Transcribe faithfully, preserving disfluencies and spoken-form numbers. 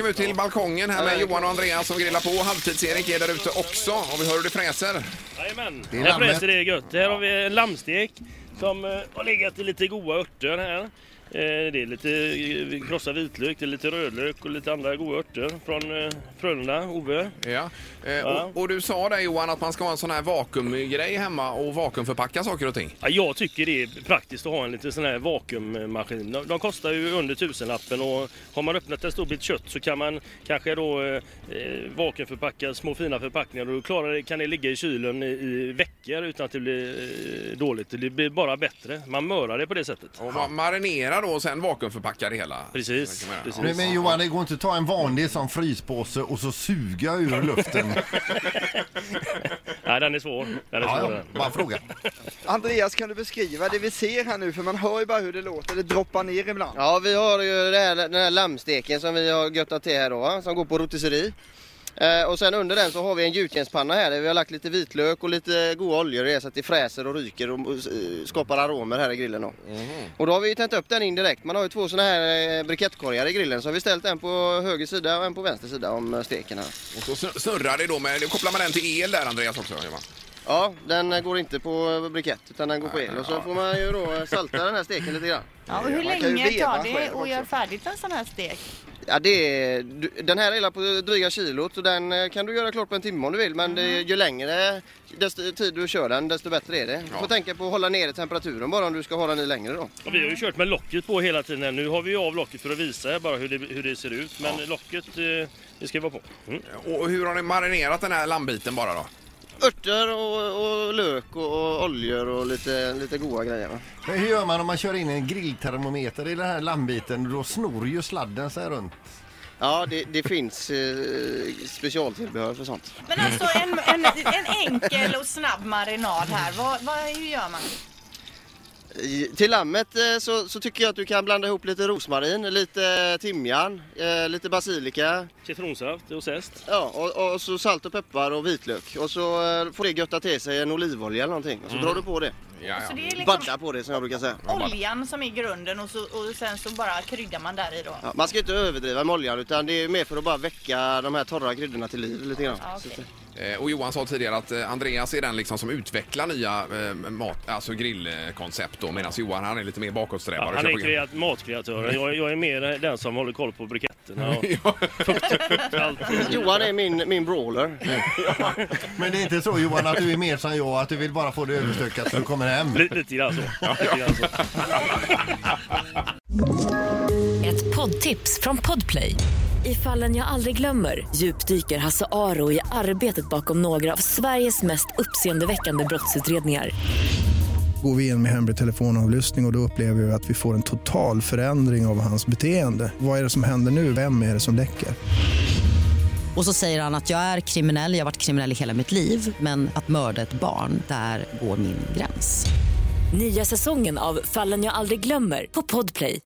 ska vi ut till balkongen här med Johan och Andreas som grillar på. Halvtids-Erik är där ute också. Och vi hör hur det fräser. Jajamän, här fräser det gött. Här har vi en lammstek som uh, har legat i lite goda örter här. Det är lite krossad vitlök, det är lite rödlök och lite andra goda örter från eh, Frölunda, Ove. Ja. Eh, ja. Och, och du sa där Johan att man ska ha en sån här vakuumgrej hemma och vakuumförpacka saker och ting. Ja, jag tycker det är praktiskt att ha en liten sån här vakuummaskin. De, de kostar ju under tusenlappen och har man öppnat en stor bit kött så kan man kanske då eh, vakuumförpacka små fina förpackningar och då klarar det, kan det ligga i kylen i, i veckor utan att det blir eh, dåligt. Det blir bara bättre. Man mörar det på det sättet. Och man marinerar då och sen vakuumförpackar det hela. Precis. precis. Men, men Johan, det går inte att ta en vanlig som fryspåse och så suga ur luften. Nej, den är svår. Den är ja, svår. Ja, bara fråga. Andreas, kan du beskriva det vi ser här nu? För man hör ju bara hur det låter. Det droppar ner ibland. Ja, vi har ju det här, den här lammsteken som vi har göttat till här då, som går på rotisserie. Eh, och sen under den så har vi en gjutjärnspanna här där vi har lagt lite vitlök och lite goda oljor i så att det fräser och ryker och uh, skapar aromer här i grillen då. Mm. Och då har vi ju tänt upp den indirekt. Man har ju två såna här eh, brikettkorgar i grillen så har vi ställt en på höger sida och en på vänster sida om steken här. Och så snurrar det då med, kopplar man den till el där Andreas också? Johan? Ja, den går inte på brikett utan den går på el och så får man ju då salta den här steken lite grann. Ja, och hur länge tar det att göra färdigt en sån här stek? Ja, det är, den här är på dryga kilot och den kan du göra klart på en timme om du vill. Men det, ju längre desto tid du kör den desto bättre är det. Du får ja. tänka på att hålla nere temperaturen bara om du ska hålla den i längre då. Ja, vi har ju kört med locket på hela tiden. Nu har vi ju av locket för att visa bara hur det, hur det ser ut. Men ja. locket, det ska vara på. Mm. Och hur har ni marinerat den här lammbiten bara då? Örter och, och lök och, och oljor och lite, lite goda grejer. Va? Men hur gör man om man kör in en grilltermometer i den här lammbiten? Då snor ju sladden sig runt. Ja, det, det finns eh, specialtillbehör för sånt. Men alltså en, en, en enkel och snabb marinad här. Vad, vad, hur gör man? Till lammet så, så tycker jag att du kan blanda ihop lite rosmarin, lite timjan, eh, lite basilika. Citronsaft och zest. Ja, och, och så salt och peppar och vitlök. Och så får det götta till sig en olivolja eller någonting. Och så mm. drar du på det. Ja, ja. Så det är liksom badda på det som jag brukar säga. Oljan som är grunden och, så, och sen så bara kryddar man där i då. Ja, man ska inte överdriva med oljan utan det är mer för att bara väcka de här torra kryddorna till liv lite grann. Ja, okay. Och Johan sa tidigare att Andreas är den liksom som utvecklar nya eh, mat, alltså grillkoncept då, medan Johan han är lite mer bakåtsträvare. Ja, han är kreat, matkreatör. Jag, jag är mer den som håller koll på briketterna och allt. Johan är min, min brawler. Ja, men det är inte så Johan att du är mer som jag, att du vill bara få det överstökat så du kommer hem. Lite, lite grann så. Ja, lite grann så. Ett poddtips från Podplay. I Fallen jag aldrig glömmer djupdyker Hasse Aro i arbetet bakom några av Sveriges mest uppseendeväckande brottsutredningar. Går vi in med hemlig telefonavlyssning och då upplever vi att vi får en total förändring av hans beteende. Vad är det som händer nu? Vem är det som läcker? Och så säger han att jag är kriminell, jag har varit kriminell i hela mitt liv. Men att mörda ett barn, där går min gräns. Nya säsongen av Fallen jag aldrig glömmer på Podplay.